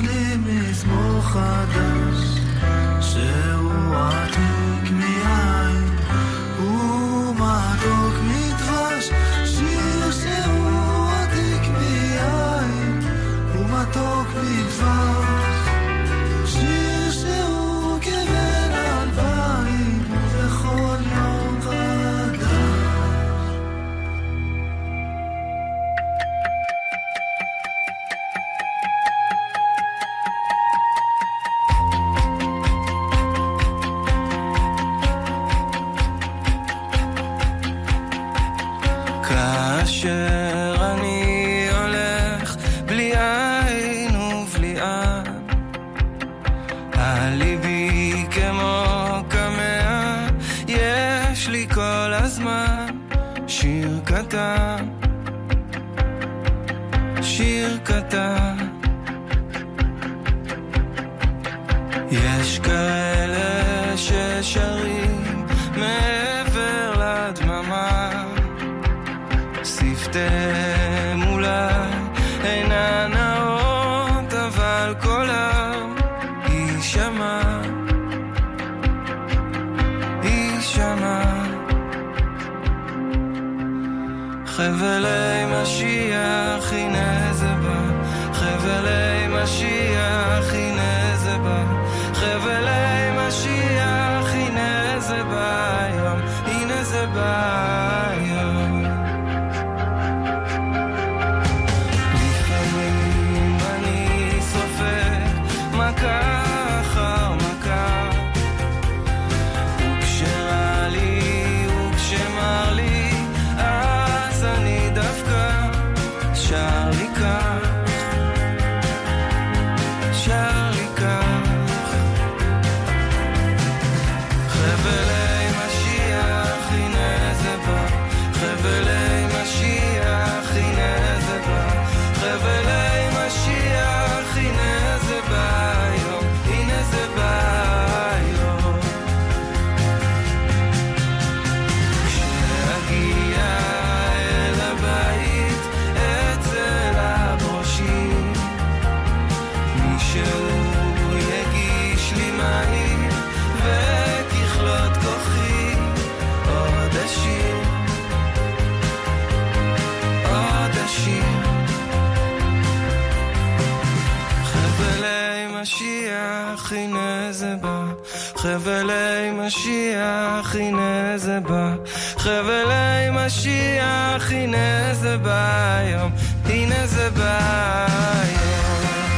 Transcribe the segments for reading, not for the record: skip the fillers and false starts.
לי מזמור חדש שהוא עתיק מיין ומתוק מדבש, שיר שהוא עתיק מיין ומתוק מדבש, שיר שהוא כבן אלפיים ובכל יום חדש. כאשר אני הולך בלי עין ובלי עד, הליבי כמו קמע, יש לי כל הזמן שיר קטן, שיר קטן. יש כאלה ששרים מעבר לדממה, שפתיהם אולי אינן נאות, אבל קולם יישמע, יישמע. חבלי משיח הנה זה בא, חבלי משיח הנה זה בא, חבלי משיח הנה זה בא יום, הנה זה בא יום. לפעמים אני סופר מכה אחר מכה, וכשרע לי וכשמר לי אז אני דווקא שר לי כך, שר לי כך. חבלי משיח הנה זה בא, חבלי משיח הנה זה בא, חבלי משיח הנה זה בא יום, הנה זה בא יום. כשאגיע אל הבית אצל הברושים, מישהו יגיש לי מים ותכלות כוחי עוד השיר, עוד השיר. חבלי משיח הנה זה בא, חבלי משיח הנה זה בא, חבלי משיח הנה זה בא יום, הנה זה בא יום.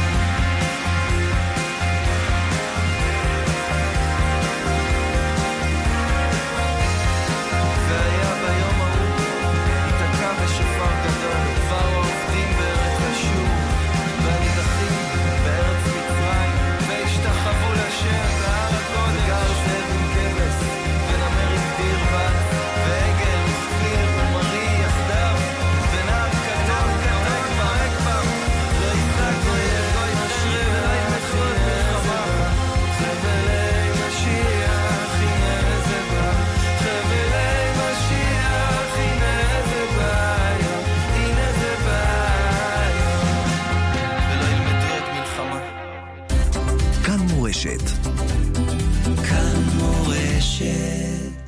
והיה ביום ההוא ייתקע בשופר גדול, כבר העובדים בארץ אשור והנידחים בארץ מצרים, והשתחוו לשם בהר הקודש, וגר זאב עם כבש ונמר עם דיר בת ועגל ופיר ומרי יחדיו, ונער קטן נוהג בה לא יצעק לא ירגוי חרב ולא ימחות מלחמה. חבלי משיח הנה זה בא, חבלי משיח הנה זה בא יום, הנה זה בא יום, ולא ילמדו את מלחמה. כאן מורשת. כאן מורשת.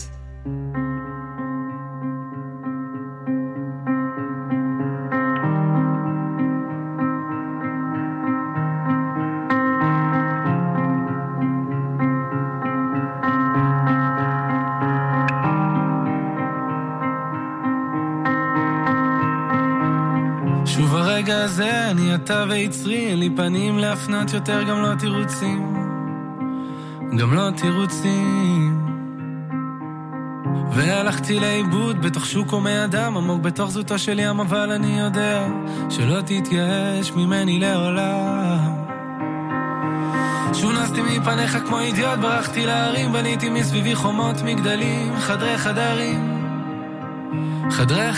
שוב הרגע הזה אני אתה ויצרי, אין לי פנים להפנות יותר, גם לא תירוצים, גם לא תירוצים. והלכתי לאיבוד בתוך שוק הומי אדם, עמוק בתוך זאתו של ים, אבל אני יודע שלא תתייאש ממני לעולם. שונסתי מפניך כמו אידיוט, ברחתי להרים, בניתי מסביבי חומות מגדלים, חדרי חדרים, חדרי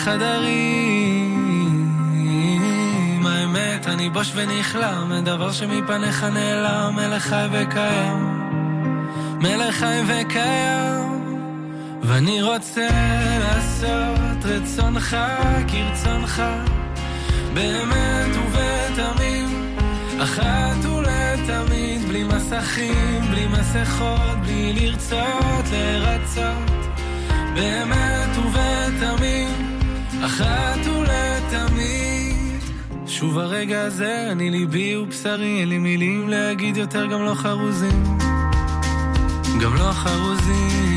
חדרים. האמת אני בוש ונכלם, דבר שמפניך נעלם, מלך חי וקיים, מלך חי וקיים. ואני רוצה לעשות רצונך כרצונך, באמת ובתמים, אחת ולתמיד, בלי מסכים, בלי מסכות, בלי לרצות לרצות, באמת ובתמיד, אחת ולתמיד. שוב הרגע הזה, אני ליבי ובשרי, אין לי מילים להגיד יותר, גם לא חרוזים, גם לא חרוזים.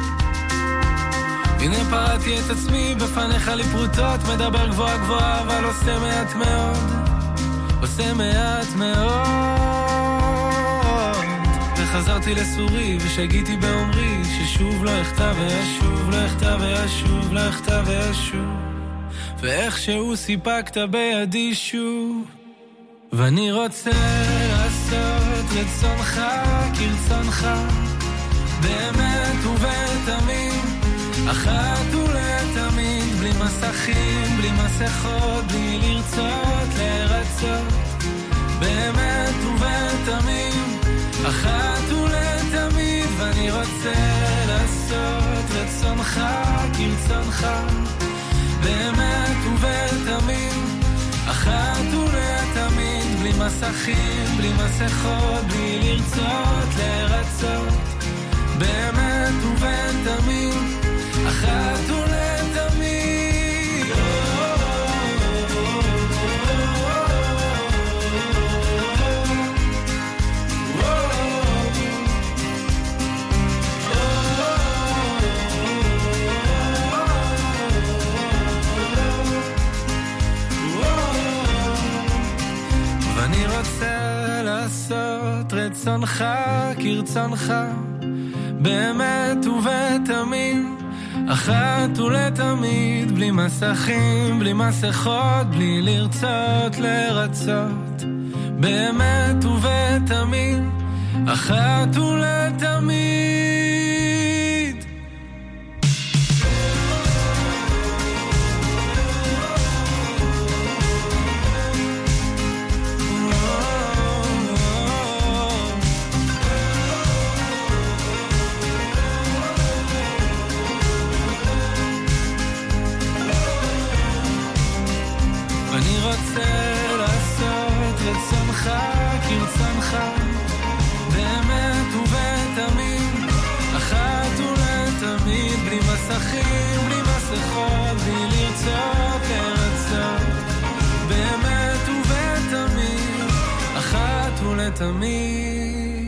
הנה פרעתי את עצמי בפניך לי פרוטות, מדבר גבוהה גבוהה אבל עושה מעט מאוד, עושה מעט מאוד. וחזרתי לסורי ושגיתי באומרי ששוב לא אכתב וישוב, לא אכתב וישוב, לא אכתב וישוב, ואיכשהו סיפקת בידי שוב. ואני רוצה לעשות רצונך כרצונך, באמת ובתמיד, אחת ולתמיד, בלי מסכים, בלי מסכות, בלי לרצות לרצות, באמת ובתמיד, אחת ולתמיד. ואני רוצה לעשות רצונך כרצונך, באמת ובתמיד, אחת ולתמיד, בלי מסכים, בלי מסכות, בלי לרצות לרצות, באמת ובתמיד, אחת ולתמיד. ואני רוצה לעשות רצונך כרצונך, באמת ובתמיד, אחת ולתמיד, בלי מסכים, בלי מסכות, בלי לרצות לרצות, באמת ובתמיד, אחת ולתמיד. אני רוצה לעשות רצונך כרצונך, באמת ובתמיד, אחת ולתמיד, בלי מסכים, בלי מסכות, בלי לרצות לרצות, באמת ובתמיד, אחת ולתמיד.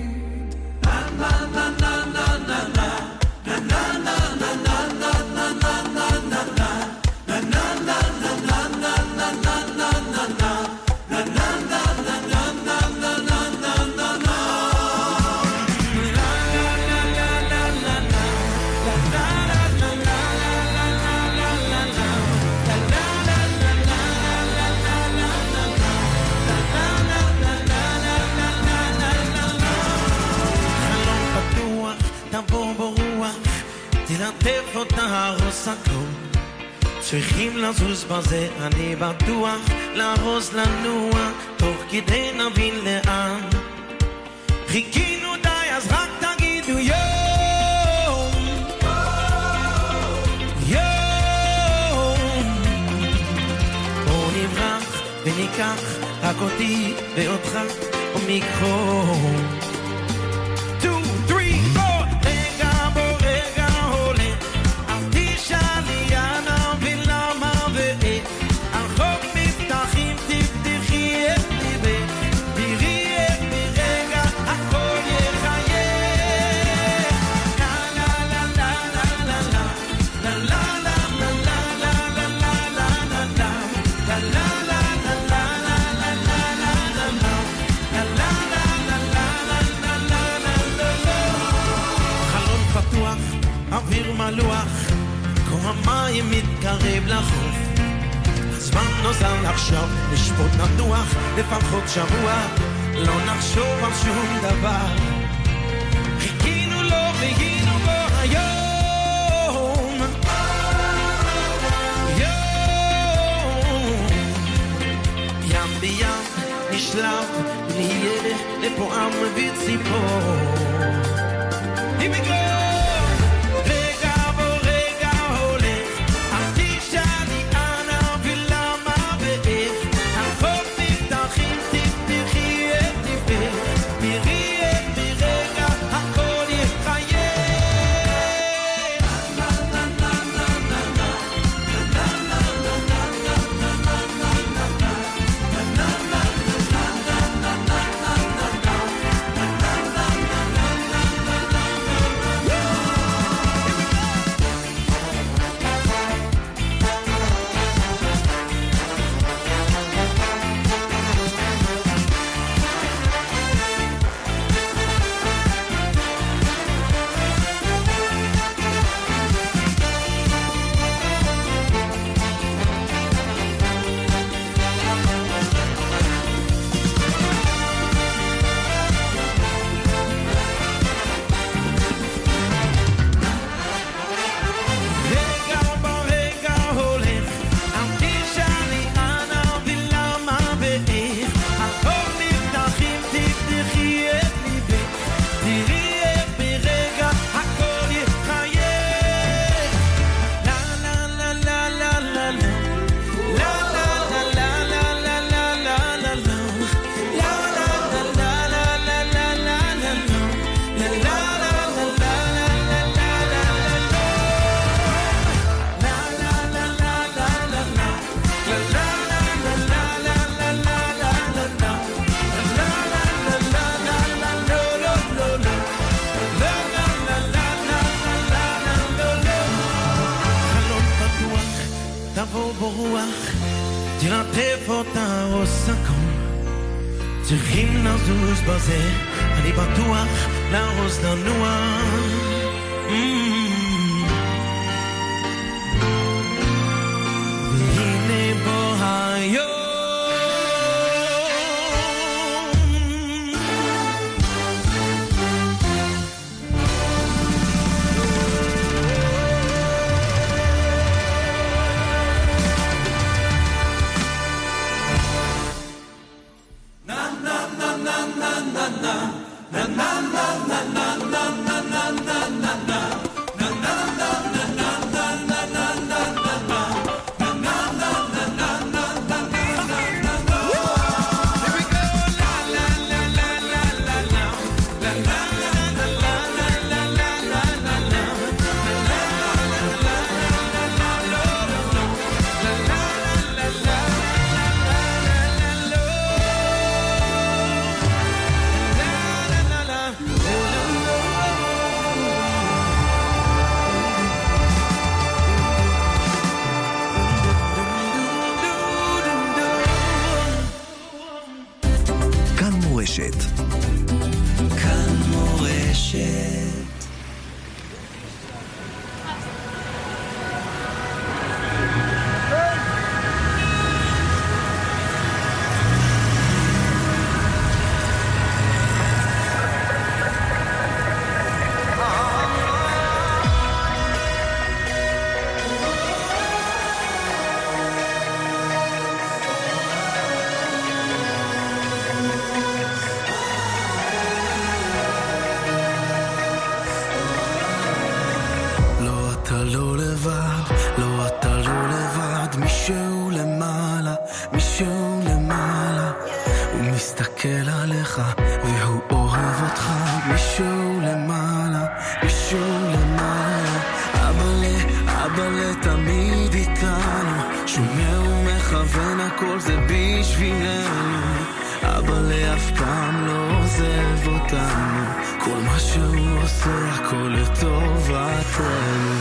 תלטף אותה הרוס הכל, צריכים לזוז בזה, אני בטוח, להרוס לנוע, תוך כדי נבין לאן חיכינו די, אז רק תגידו יום יום. בואו נברח וניקח רק אותי ואותך ומיקרום. מלוח, כמו המים מתקרב לחוף, הזמן נוזל עכשיו, לשפוט נתוח, לפחות שבוע, לא נחשוב על שום דבר, חיכינו לו והיינו בו היום יום. ים בים נשלב, נהיה לפה עם וציפור, היא בגלל תפתחי ברוח, תלטף אותה רוסקון. צריכים לזוז בזה, אני בטוח להרוס לנוע. והנה בו היום כאן מורשת. מישהו למעלה, הוא מסתכל עליך והוא אוהב אותך. מישהו למעלה, מישהו למעלה. אבא תמיד איתנו, שומע ומכוון, הכל זה בשבילנו. אבא אף פעם לא עוזב אותנו, כל מה שהוא עושה הכל לטובתנו.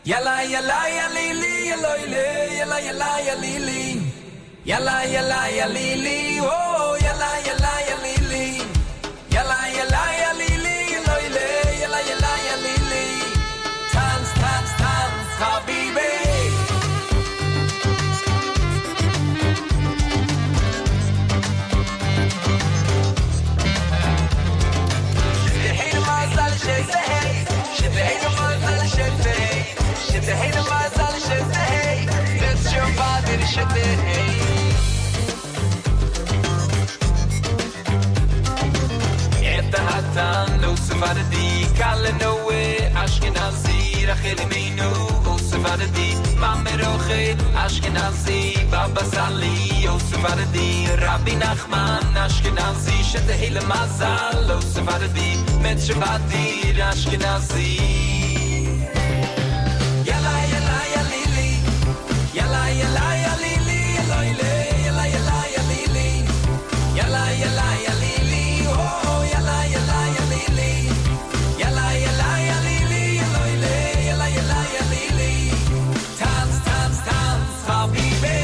Yalla yalla ya lili yaloile yalla yalla ya lili yalla yalla ya lili oh yalla yalla ya lili yalla yalla ya lili yaloile yalla yalla ya lili tanz tanz tanz habibi shibhina mazal shezeh shibhina mazal shezeh shibhina mazal shezeh let's your body shezeh Hatan no savardi kalle noe ashkenazi rachel minu o savardi mameroche ashkenazi baba sali o savardi rabbi nachman ashkenazi shete hele mazal o savardi met shavadi ashkenazi yalla yalla ya lili yalla yalla ya lili loile yalla yalla ya lili yalla yalla ya lili oh yalla yalla ya lili yalla yalla ya lili loile yalla yalla ya lili tanz tanz tanz habibi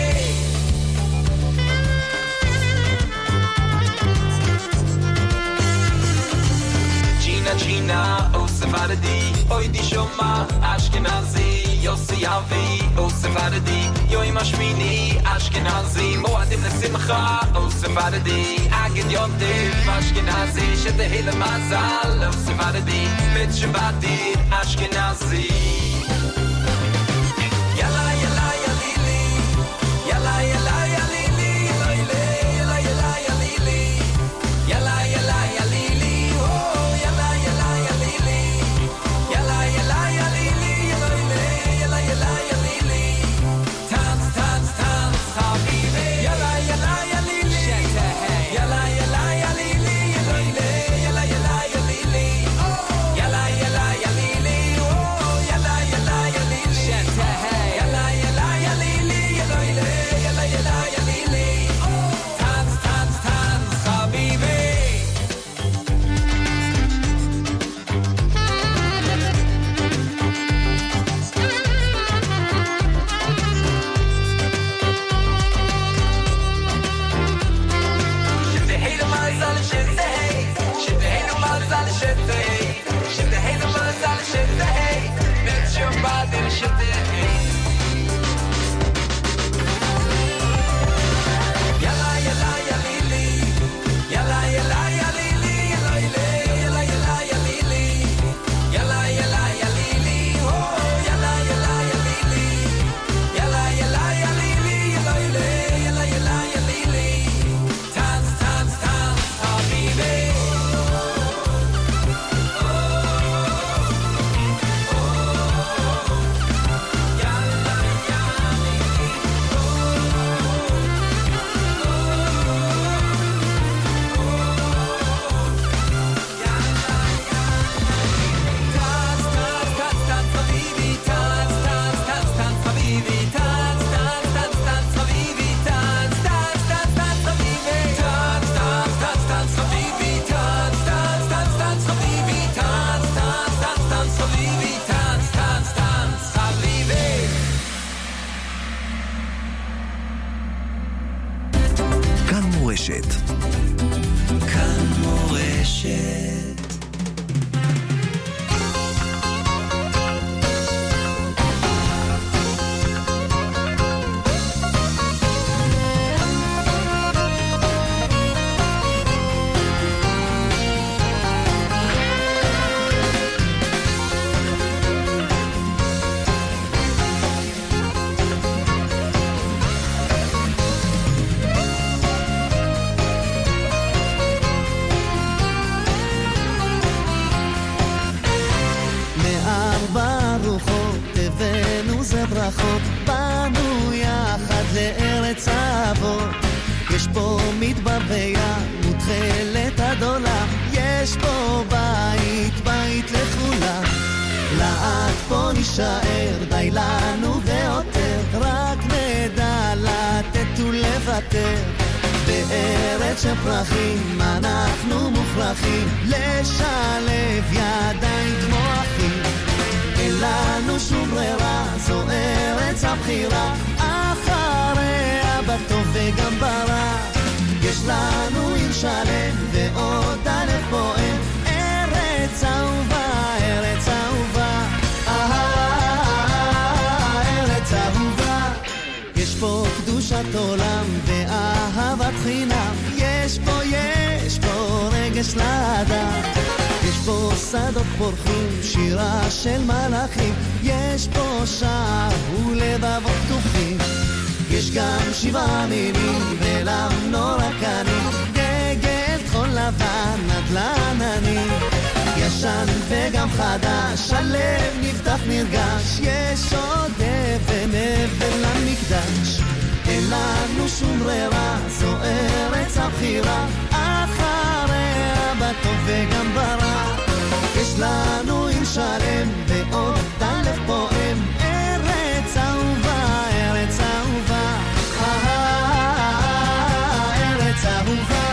Gina Gina oh savardi oi di shoma ashkenazi Yossi Avi oh savardi yoi mashmini ashkenazi moadim lesimcha oh savardi aged yontiv ashkenazi shete hele mazal oh savardi mit shabadi ashkenazi yalla yalla ya lili yalla yalla ya lili loile yalla yalla ya lili yalla yalla ya lili oh yalla yalla ya lili yalla yalla ya lili loile yalla yalla ya lili tanz tanz tanz habibi yalla yalla ya lili yalla yalla ya lili loile yalla yalla ya lili yalla yalla ya lili oh yalla yalla ya lili yalla yalla ya lili loile yalla yalla ya lili tanz tanz tanz habibi شبهينو مازال شبهي شبهينو مازال شبهي شبهينو مازال شبهي نتشو بعدين شبهي يلا يلا يا ليلي يلا يلا يا ليلي يلا يلا يا ليلي يلا يلا يا ليلي oh يلا يلا يا ليلي يلا يلا يا ليلي يلا يلا يا ليلي tanz tanz tanz habibi כאן מורשת. כאן מורשת. מארבע רוחות הבאנו זה ברכות, באנו יחד לארץ האבות. יש פה מדבר וים, מותחלת הדולה, יש פה בית, בית לכולם. לאט פה נשאר, די לנו ויותר, רק נדע לתת ולוותר. בארץ של פרחים אנחנו מוכרחים לשלב ידיים כמו אחים. לנו שום ברירה, זו ארץ הבחירה, אחריה בטוב וגם ברע. יש לנו עיר שלם ועוד אלף פועם, ארץ אהובה, ארץ אהובה, ארץ אהובה. יש פה קדושת עולם ואהבת חינם, יש פה רגש לאדם, יש פה שדות פורחים, שירה של מלאכים, יש פה שער ולבבות פתוחים. יש גם 7 מינים ולמנור הקנים, דגל תכון לבן נדל"ן עני, ישן וגם חדש, הלב נפתח נרגש, יש עוד אבן למקדש. אין לנו שום ברירה, זו ארץ הבחירה, אחריה בטוב וגם ברע. יש לנו עיר שלם ועוד אלף פועם, ארץ אהובה, ארץ אהובה, ארץ אהובה.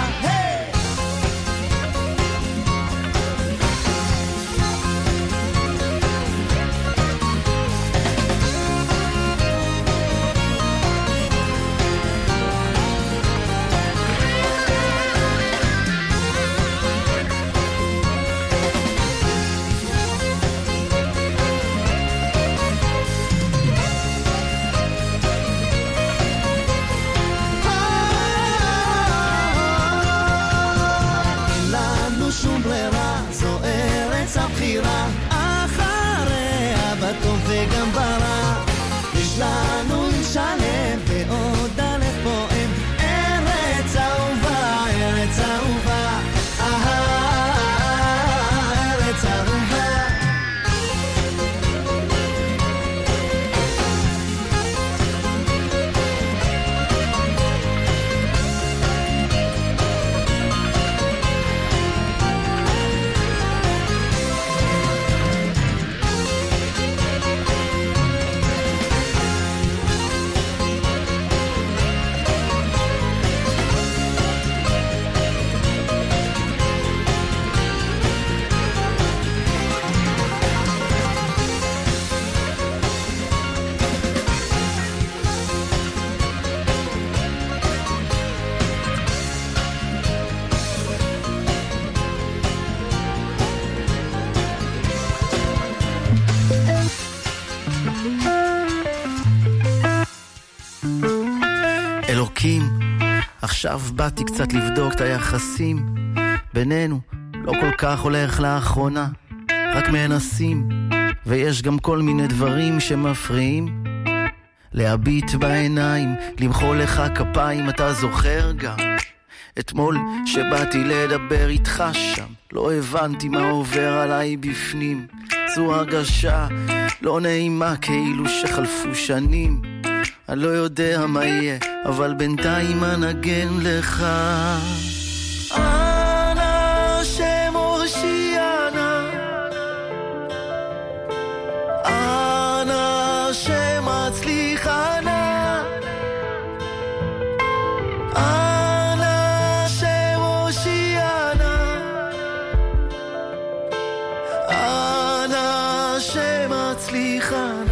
שום ברירה, זו ארץ הבחירה, אחריה בטוב וגם ברע. יש לנו עיר שלם ועוד אלף פועם, ארץ אהובה, ארץ אהובה, ארץ אהובה. עכשיו באתי קצת לבדוק את היחסים בינינו, לא כל כך הולך לאחרונה, רק מנסים, ויש גם כל מיני דברים שמפריעים. להביט בעיניים, למחוא לך כפיים, אתה זוכר גם אתמול שבאתי לדבר איתך שם, לא הבנתי מה עובר עליי בפנים, זו הרגשה לא נעימה, כאילו שחלפו שנים. אני לא יודע מה יהיה, אבל בינתיים אנגן לך. אנא שם הושיענה, אנא שם הצליחנה, אנא שם הושיענה, אנא שם הצליחנה.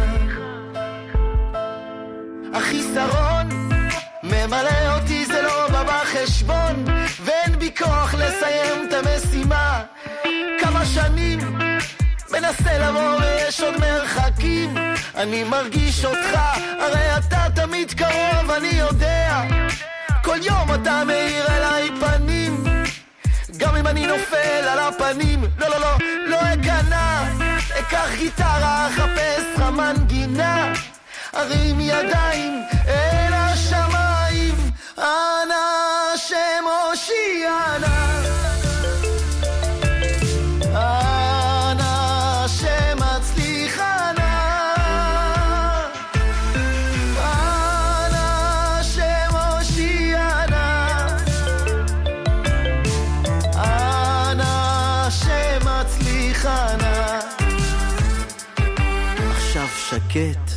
החיסרון ממלא אותי, זה לא בא בחשבון, ואין בי כוח לסיים את המשימה. כמה שנים מנסה לבוא ויש עוד מרחקים, אני מרגיש אותך, הרי אתה תמיד קרוב, אני יודע, כל יום אתה מאיר אליי פנים, גם אם אני נופל על הפנים, לא לא לא, לא אכנע, אקח גיטרה, אחפש לך מנגינה, הרים ידיים אל השמיים, אנא שם הושיענה, אנא שם הצליחנה, אנא שם הושיענה, אנא שם הצליחנה. עכשיו שקט,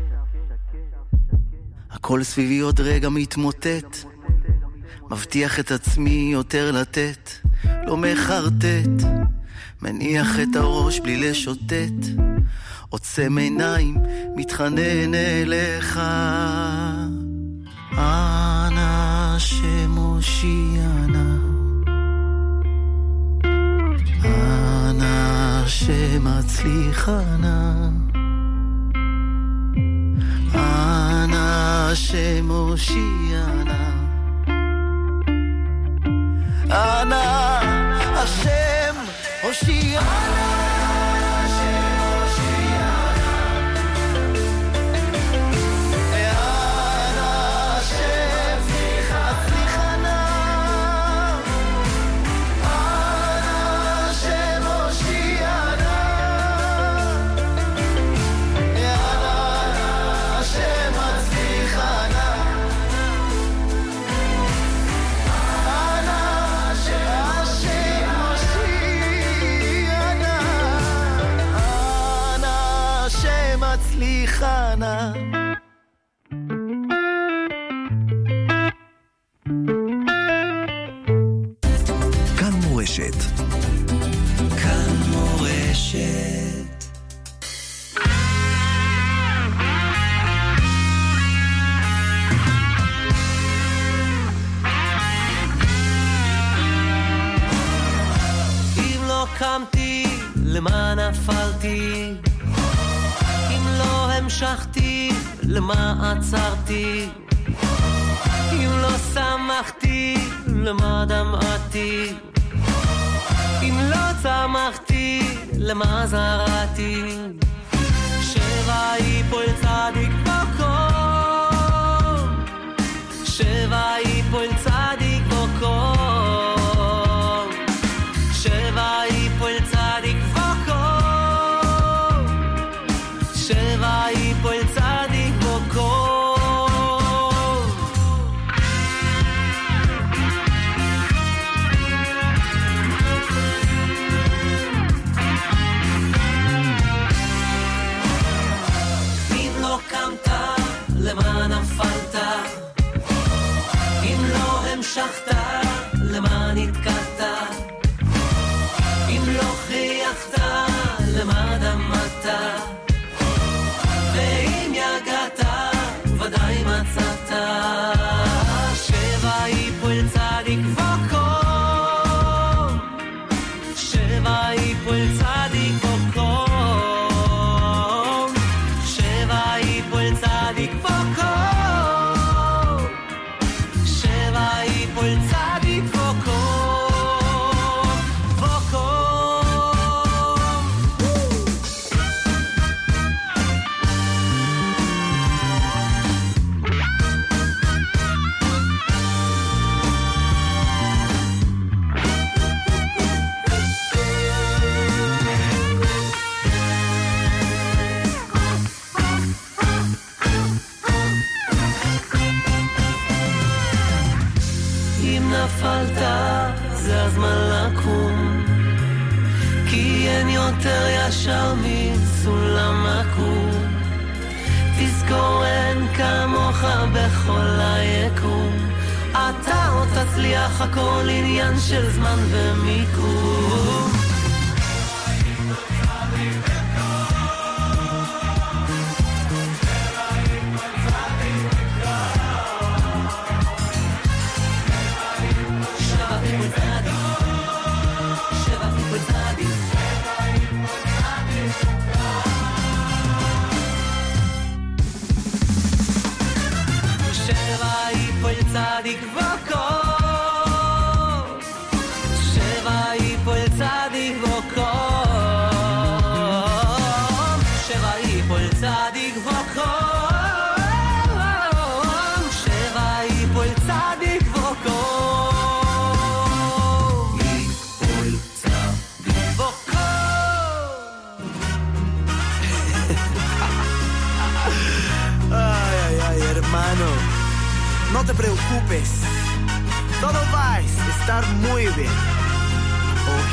הכל סביבי עוד רגע מתמוטט, מבטיח את עצמי יותר לתת, לא מחרטט, מניח את הראש בלי לשוטט, עוצם עיניים, מתחנן אליך. אנא שמושיענה, אנא שמצליחנה, אנא שמושיענה, אנא השם הושיענה. מצליחנה. כאן מורשת. כאן מורשת. אם לא קמתי, למה נפלתי? אם לא המשכתי, למה עצרתי? אם לא שמחתי, למה דמעתי? אם לא צמחתי, למה זרעתי? שבע יפול צדיק בקום, שבע יפול צדיק בקום, שבע יפול צדיק בקום, שבע יפול צדיק בקום. אם לא קמת, למה נפלת? אם לא המשכת, למה נתקעת? אם לא חייכת, למה דמעת? ואם יגעת, ודאי מצאת. שבע יפול צדיק בקום, שבע יפול צדיק בקום, שבע יפול צדיק בקום, שבע יפול צדיק בקום, בקום. אם נפלת, זה הזמן לקום, כי אין יותר ישר מסולם עקום. תזכור אין כמוך בכל היקום, אתה עוד תצליח, הכל עניין של זמן ומיקום. שבע יפול צדיק בקום, שבע יפול צדיק בקום, שבע יפול צדיק בקום, שבע יפול צדיק בקום, יפול צדיק בקום. Ay, ay, ay, hermano. No te preocupes. Todo va a estar muy bien. ¿Ok?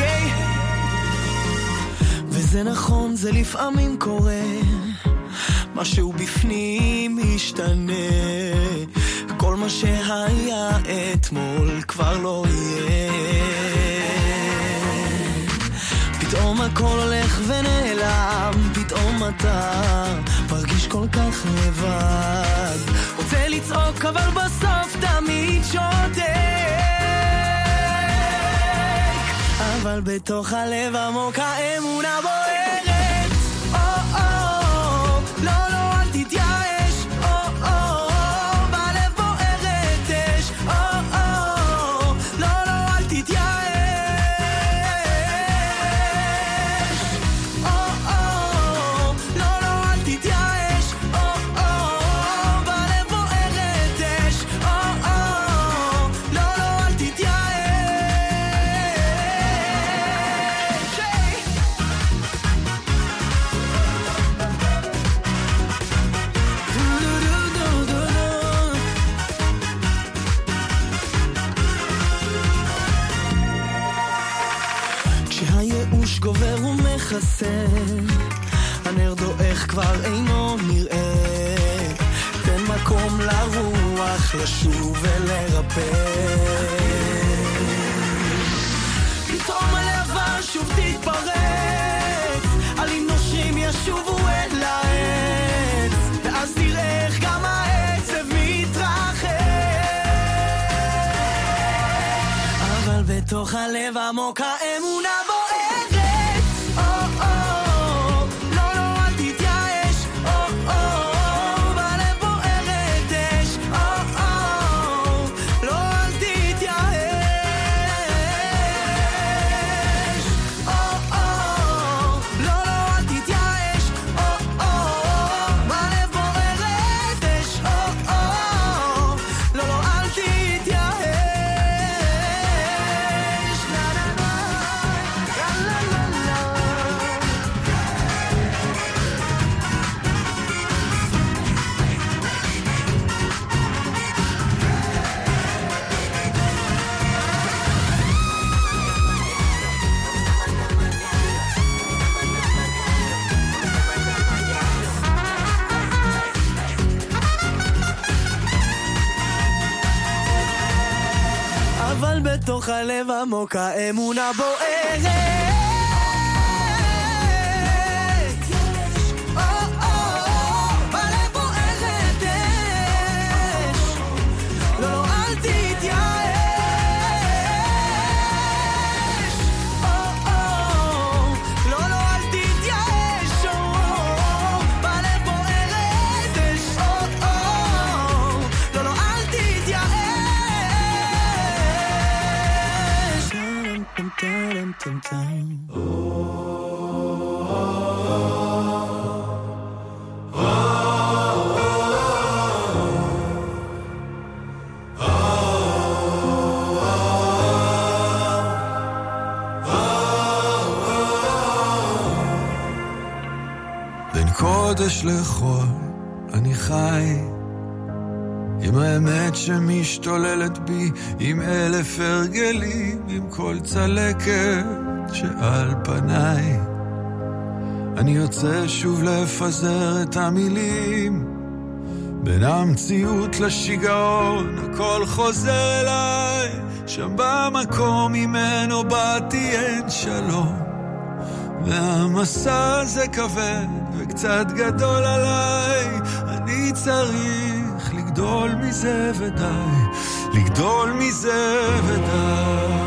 וזה נכון, זה לפעמים קורה, משהו בפנים משתנה, כל מה שהיה אתמול כבר לא יהיה. פתאום הכל הולך ונעלם, פתאום אתה מרגיש כל כך לבד. רוצה לצעוק אבל בסוף תמיד שותק, אבל בתוך הלב עמוק האמונה בוערת. לא לא אל תתייאש, בלב בוערת אש. לא לא אל תתייאש, לא לא אל תתייאש, בלב בוערת אש. לא לא אל תתייאש. כשהייאוש גובר ומחסר, הנר דועך כבר אינו נראה, תן מקום לרוח לשוב ולרפא. פתאום הלבה שוב תתפרץ, עלים נושרים ישובו אל העץ, ואז תראה איך גם העצב מתרחק, אבל בתוך הלב עמוק האמונה בוערת. לא לא אל תתייאש, בלב בוערת אש. לא אל תתייאש, לא לא אל תתייאש, בלב בוערת אש. לא לא אל תתייאש. אבל בתוך הלב עמוק האמונה בוערת. בלב בוערת אש. לא לא אל תתייאש, לא לא אל תתייאש, בלב בוערת אש. לא לא אל תתייאש. בין קודש לחול אני חי, עם האמת שמשתוללת בי, עם 1000 הרגלים, עם כל צלקת שעל פניי. אני יוצא שוב לפזר את המילים, בין המציאות לשיגעון הכל חוזר אליי, שם במקום ממנו באתי אין שלום, והמסע הזה כבד וקצת גדול עליי. אני צריך לגדול מזה ודי, לגדול מזה ודי.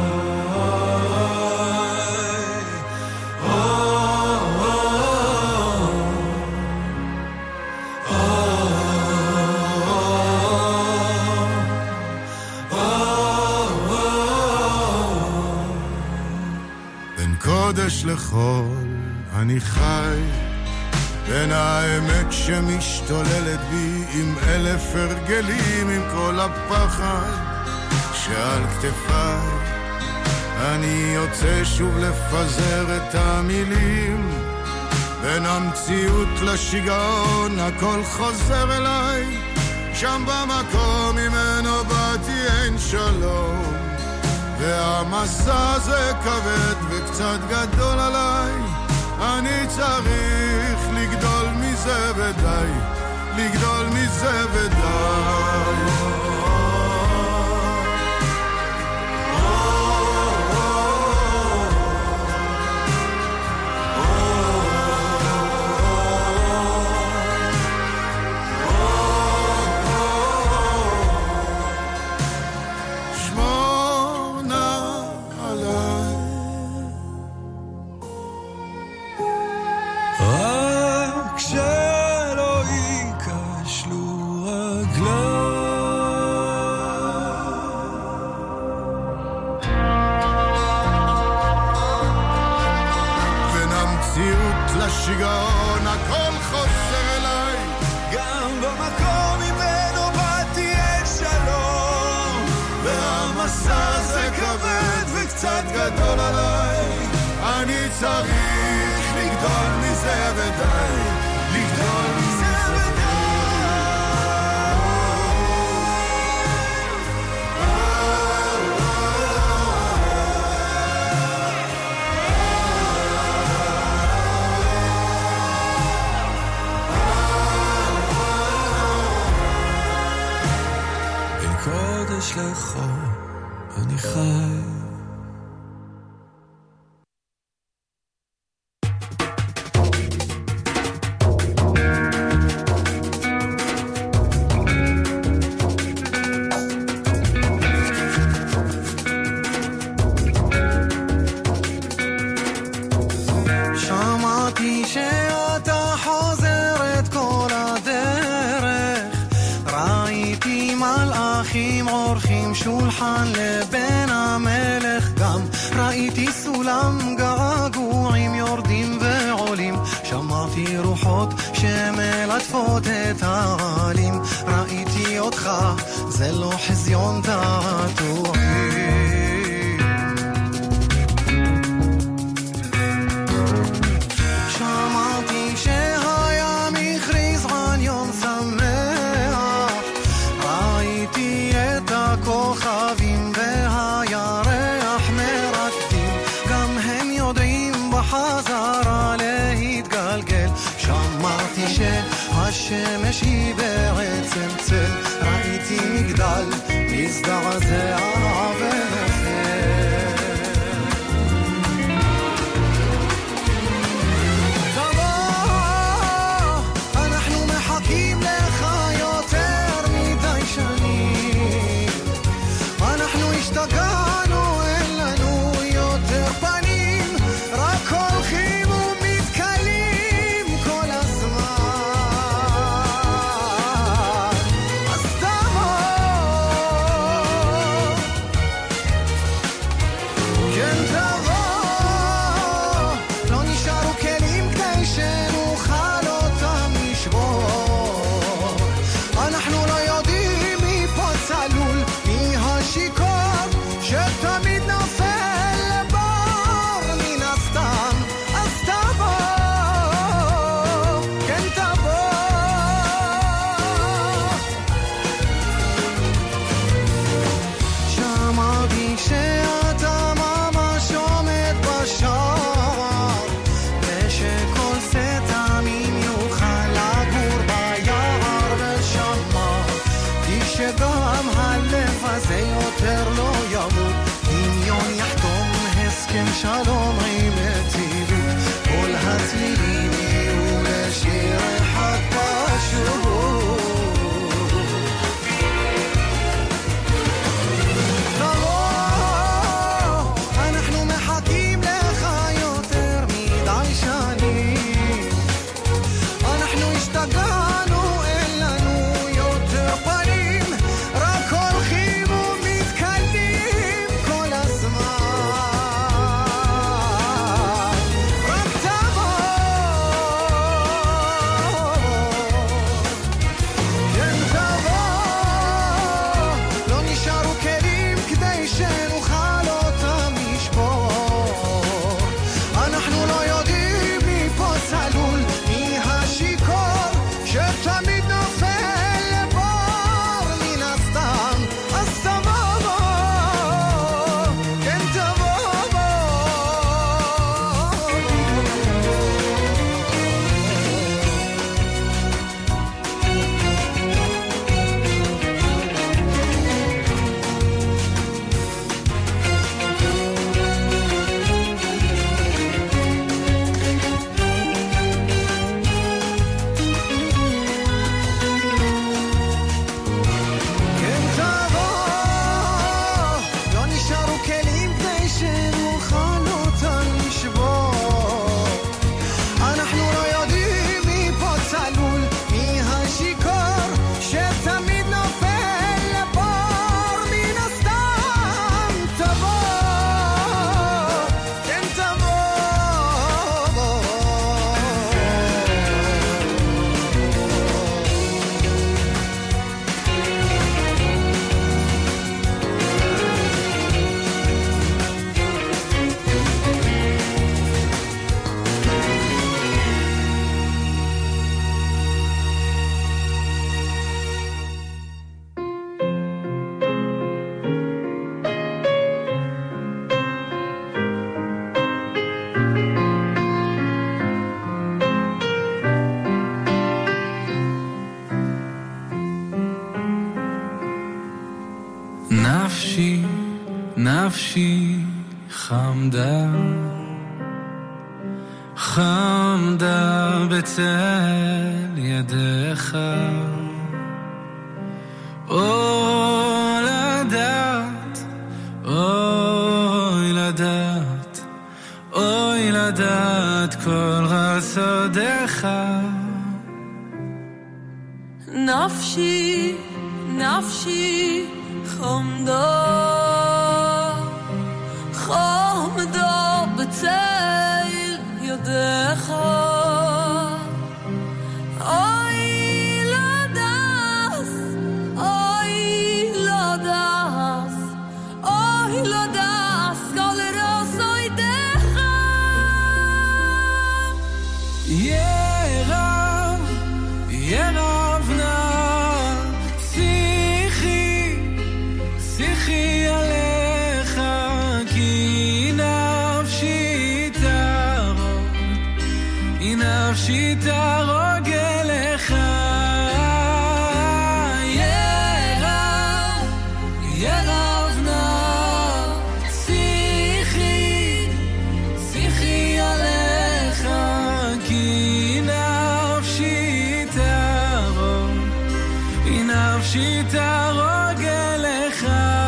בין קודש לחול אני חי, בין האמת שמשתוללת בי, עם 1000 הרגלים, עם כל הפחד שעל כתפיי. אני יוצא שוב לפזר את המילים, בין המציאות לשיגעון הכל חוזר אליי, שם במקום ממנו באתי אין שלום, והמסע הזה כבד וקצת גדול עליי. אני צריך לגדול מזה ודי, לגדול מזה ודי. שיגעון, הכל חוזר אליי. גם במקום ממנו באתי אין שלום, והמסע הזה כבד וקצת גדול עליי. אני צריך לגדול מזה ודי, לגדול מזה ודי. בין קודש לחול אני חי. שולחן לבן המלך, גם ראיתי סולם געגועים יורדים ועולים, שמעתי רוחות שמלטפות את העלים, ראיתי אותך, זה לא חזיון תעתועים. שמעתי שהים הכריז על יום שמח, ראיתי את הכוכבים והירח מרקדים, גם הם יודעים בחזרה להתגלגל. שמעתי שהשמש היא בעצם צל, ראיתי מגדל מזדעזע נפשי חמדה חמדה בצל ידיך אוי לדעת אוי לדעת אוי לדעת כל רסודיך נפשי נפשי חמדה חמדה בצל ידיך אוי לדעת אוי לדעת אוי לדעת כל רסוידך ירב ירב נא שיחי שיחי עליך כי נפשי תרוג אליך ירב ירב נא שיחי שיחי עליך כי נפשי תרוג אליך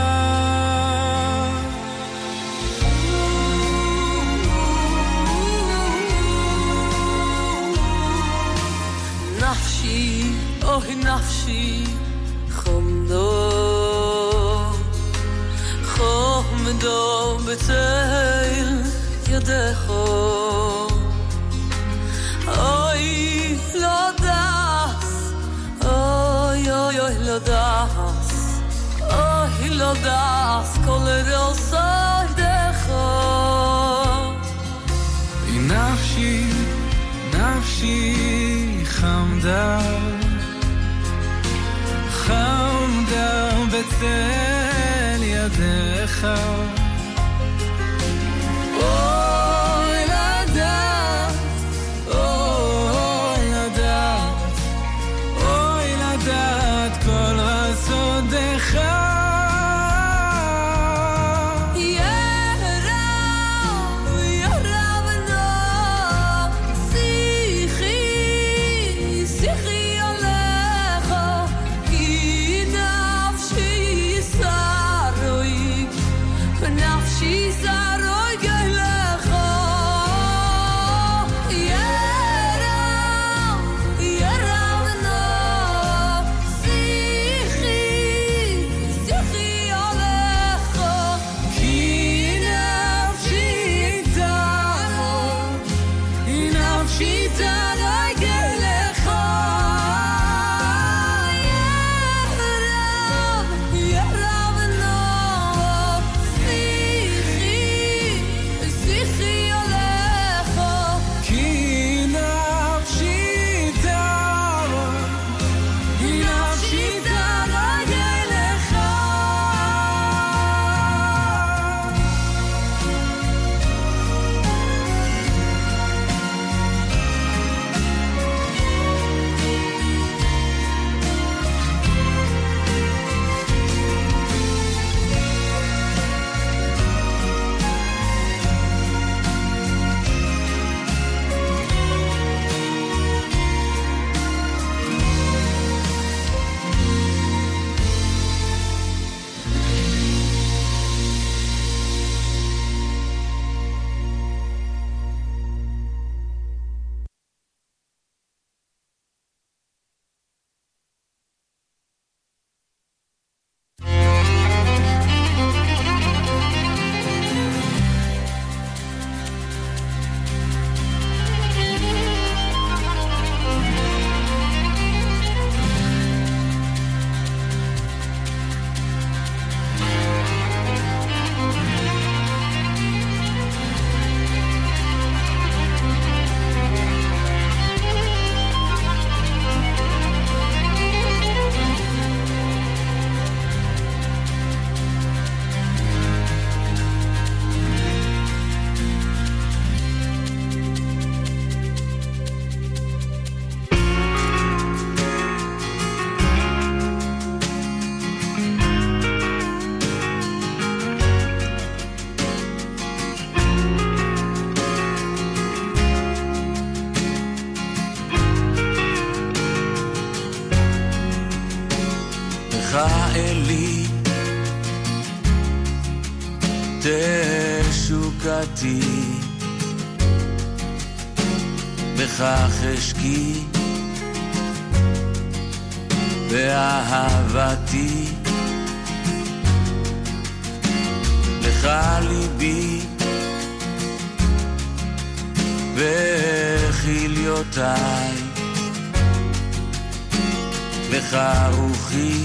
נפשי אוי נפשי חמדו חמדו בצל ידיך אוי לא דס אוי אוי אוי לא דס אוי לא דס כל רסוידך נפשי נפשי חמדה חמדה בצל ידיך אוי לדעת אוי לדעת אוי לדעת כל רסודיך She's תשוקתי בכך אשקי באהבתי לך ליבי וחיליותיי לך רוחי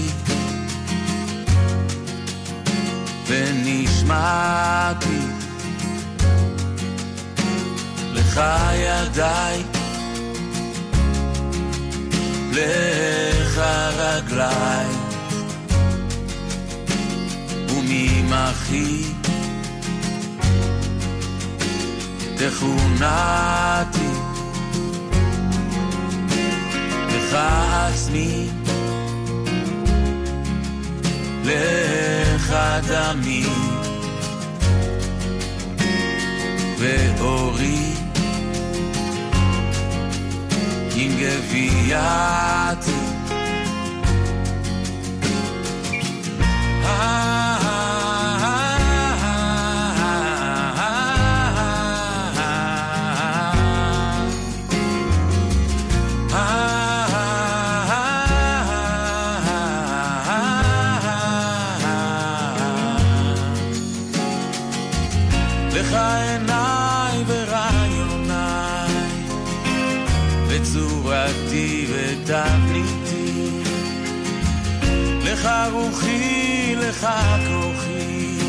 ונשמעתי לך ידיי לך רגליי וממחי תכונתי לך עצמי לך דמי ואורי עם גבייתי לך עיניי ורעיוניי וצורתי ותבניתי לך רוחי לך כוחי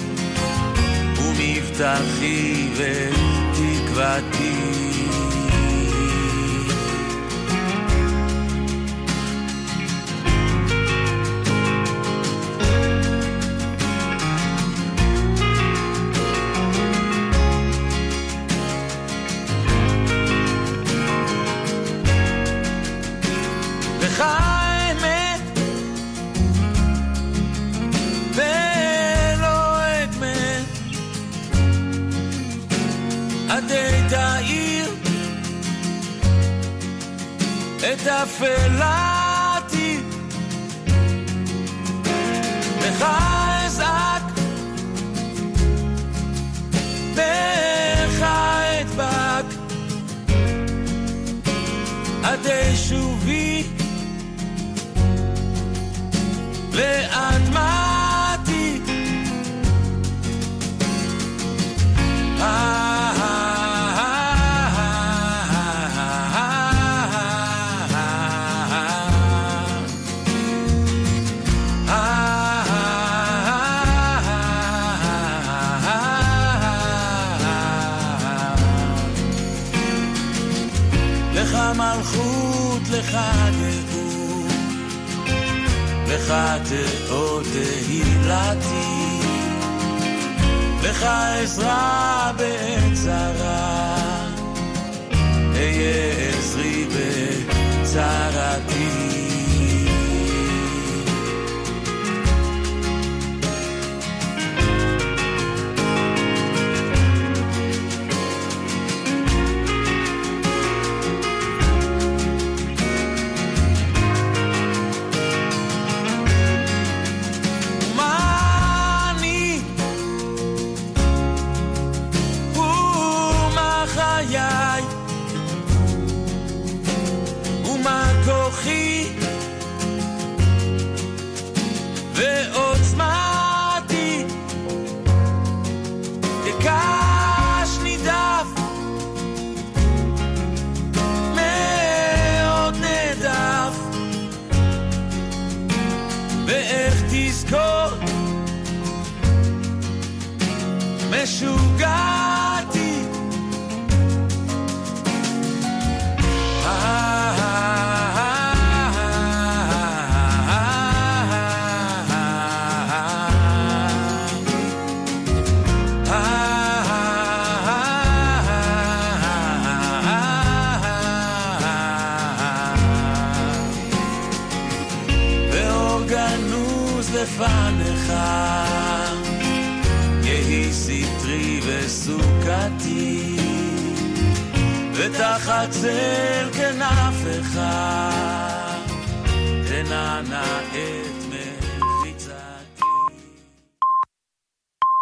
ומבטחי ותקוותי לך האמת ולא אמת עדי תאיר את אפלתי לך אזעק לך אדבק עדי שובי לאדמתי לך מלכות לך דבוק לך תאות תהילתי לך עזרה בעת צרה אהיה עזרי בצרתי כוחי ועוצמתי כקש נידף מאוד נדף ואיך תזכור משוגעתי לפניך יהי סתרי וסוכתי ותחת צל כנפך תנענע את